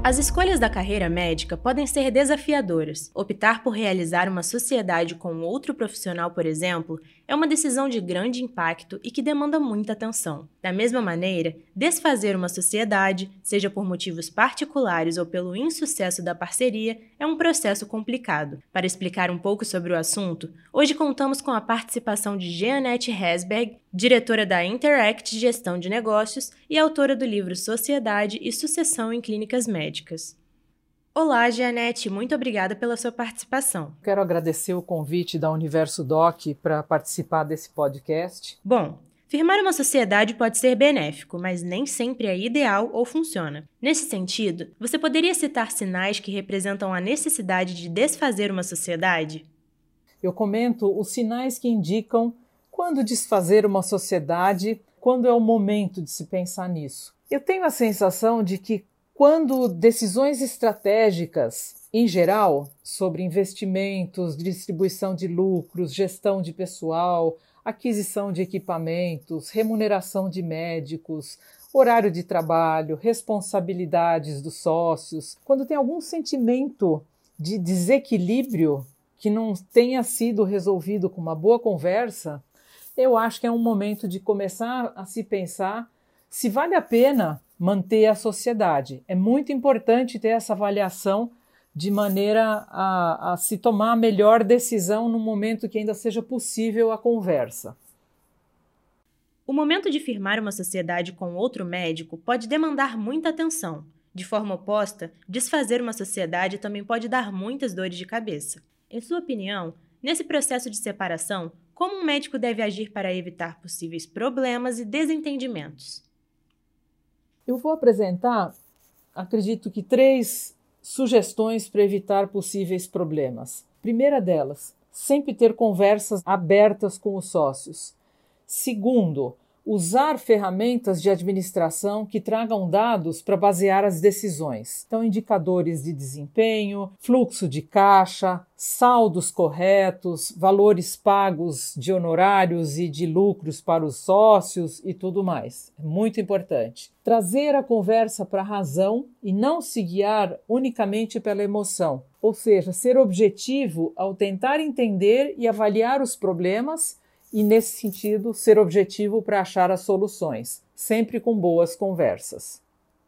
As escolhas da carreira médica podem ser desafiadoras. Optar por realizar uma sociedade com outro profissional, por exemplo, é uma decisão de grande impacto e que demanda muita atenção. Da mesma maneira, desfazer uma sociedade, seja por motivos particulares ou pelo insucesso da parceria, é um processo complicado. Para explicar um pouco sobre o assunto, hoje contamos com a participação de Jeanette Hesberg, diretora da Interact Gestão de Negócios e autora do livro Sociedade e Sucessão em Clínicas Médicas. Olá, Jeanette, muito obrigada pela sua participação. Quero agradecer o convite da Universo Doc para participar desse podcast. Bom, firmar uma sociedade pode ser benéfico, mas nem sempre é ideal ou funciona. Nesse sentido, você poderia citar sinais que representam a necessidade de desfazer uma sociedade? Eu comento os sinais que indicam quando desfazer uma sociedade, quando é o momento de se pensar nisso. Eu tenho a sensação de que quando decisões estratégicas, em geral, sobre investimentos, distribuição de lucros, gestão de pessoal, aquisição de equipamentos, remuneração de médicos, horário de trabalho, responsabilidades dos sócios, quando tem algum sentimento de desequilíbrio que não tenha sido resolvido com uma boa conversa, eu acho que é um momento de começar a se pensar se vale a pena manter a sociedade. É muito importante ter essa avaliação de maneira a se tomar a melhor decisão no momento que ainda seja possível a conversa. O momento de firmar uma sociedade com outro médico pode demandar muita atenção. De forma oposta, desfazer uma sociedade também pode dar muitas dores de cabeça. Em sua opinião, nesse processo de separação, como um médico deve agir para evitar possíveis problemas e desentendimentos? Eu vou apresentar, acredito que 3 sugestões para evitar possíveis problemas. Primeira delas, sempre ter conversas abertas com os sócios. Segundo, usar ferramentas de administração que tragam dados para basear as decisões. Então, indicadores de desempenho, fluxo de caixa, saldos corretos, valores pagos de honorários e de lucros para os sócios e tudo mais. É muito importante. Trazer a conversa para a razão e não se guiar unicamente pela emoção. Ou seja, ser objetivo ao tentar entender e avaliar os problemas e, nesse sentido, ser objetivo para achar as soluções, sempre com boas conversas.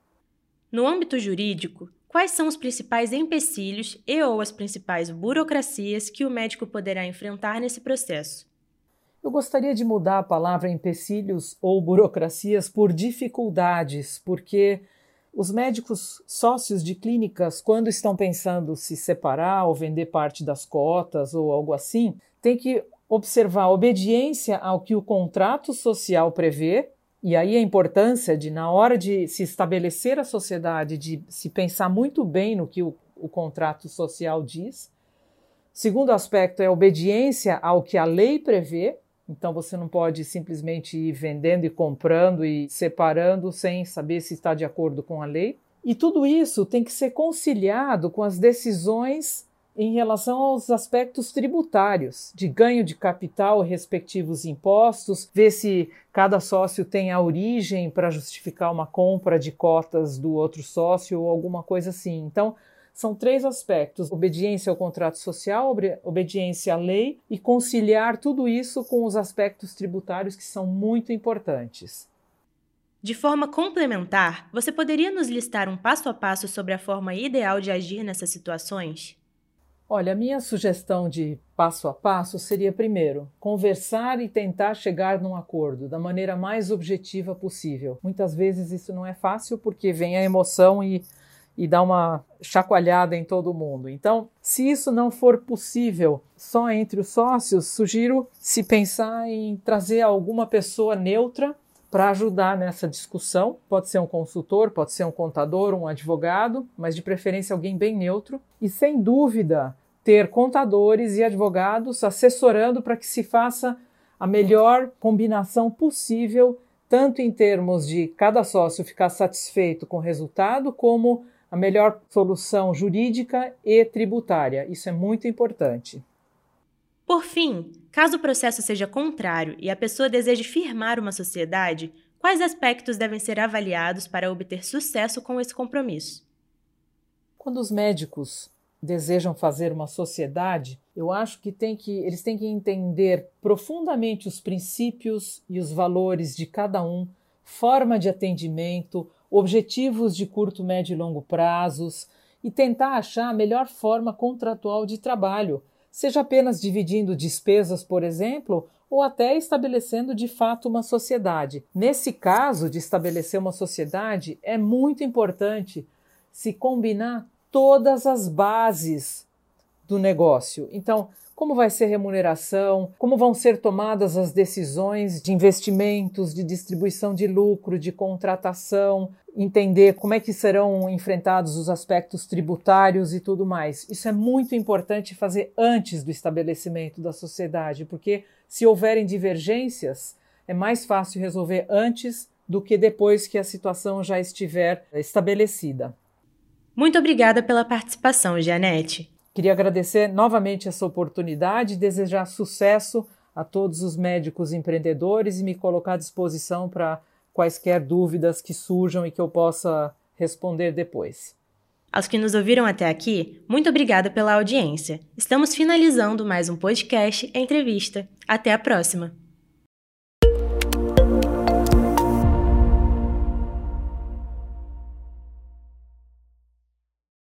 No âmbito jurídico, quais são os principais empecilhos ou as principais burocracias que o médico poderá enfrentar nesse processo? Eu gostaria de mudar a palavra empecilhos ou burocracias por dificuldades, porque os médicos sócios de clínicas, quando estão pensando se separar ou vender parte das cotas ou algo assim, têm que observar a obediência ao que o contrato social prevê, e aí a importância de, na hora de se estabelecer a sociedade, de se pensar muito bem no que o contrato social diz. Segundo aspecto é a obediência ao que a lei prevê, então você não pode simplesmente ir vendendo e comprando e separando sem saber se está de acordo com a lei. E tudo isso tem que ser conciliado com as decisões em relação aos aspectos tributários, de ganho de capital e respectivos impostos, ver se cada sócio tem a origem para justificar uma compra de cotas do outro sócio ou alguma coisa assim. Então, são 3 aspectos: obediência ao contrato social, obediência à lei e conciliar tudo isso com os aspectos tributários que são muito importantes. De forma complementar, você poderia nos listar um passo a passo sobre a forma ideal de agir nessas situações? Olha, a minha sugestão de passo a passo seria, primeiro, conversar e tentar chegar num acordo da maneira mais objetiva possível. Muitas vezes isso não é fácil porque vem a emoção e dá uma chacoalhada em todo mundo. Então, se isso não for possível só entre os sócios, sugiro se pensar em trazer alguma pessoa neutra para ajudar nessa discussão. Pode ser um consultor, pode ser um contador, um advogado, mas de preferência alguém bem neutro. E, sem dúvida, ter contadores e advogados assessorando para que se faça a melhor combinação possível, tanto em termos de cada sócio ficar satisfeito com o resultado, como a melhor solução jurídica e tributária. Isso é muito importante. Por fim, caso o processo seja contrário e a pessoa deseje firmar uma sociedade, quais aspectos devem ser avaliados para obter sucesso com esse compromisso? Quando os médicos desejam fazer uma sociedade, eu acho que eles têm que entender profundamente os princípios e os valores de cada um, forma de atendimento, objetivos de curto, médio e longo prazos e tentar achar a melhor forma contratual de trabalho, seja apenas dividindo despesas, por exemplo, ou até estabelecendo de fato uma sociedade. Nesse caso de estabelecer uma sociedade, é muito importante se combinar todas as bases do negócio. Então, como vai ser a remuneração, como vão ser tomadas as decisões de investimentos, de distribuição de lucro, de contratação, entender como é que serão enfrentados os aspectos tributários e tudo mais. Isso é muito importante fazer antes do estabelecimento da sociedade, porque se houverem divergências, é mais fácil resolver antes do que depois que a situação já estiver estabelecida. Muito obrigada pela participação, Jeanette. Queria agradecer novamente essa oportunidade e desejar sucesso a todos os médicos empreendedores e me colocar à disposição para quaisquer dúvidas que surjam e que eu possa responder depois. Aos que nos ouviram até aqui, muito obrigada pela audiência. Estamos finalizando mais um podcast Entrevista. Até a próxima!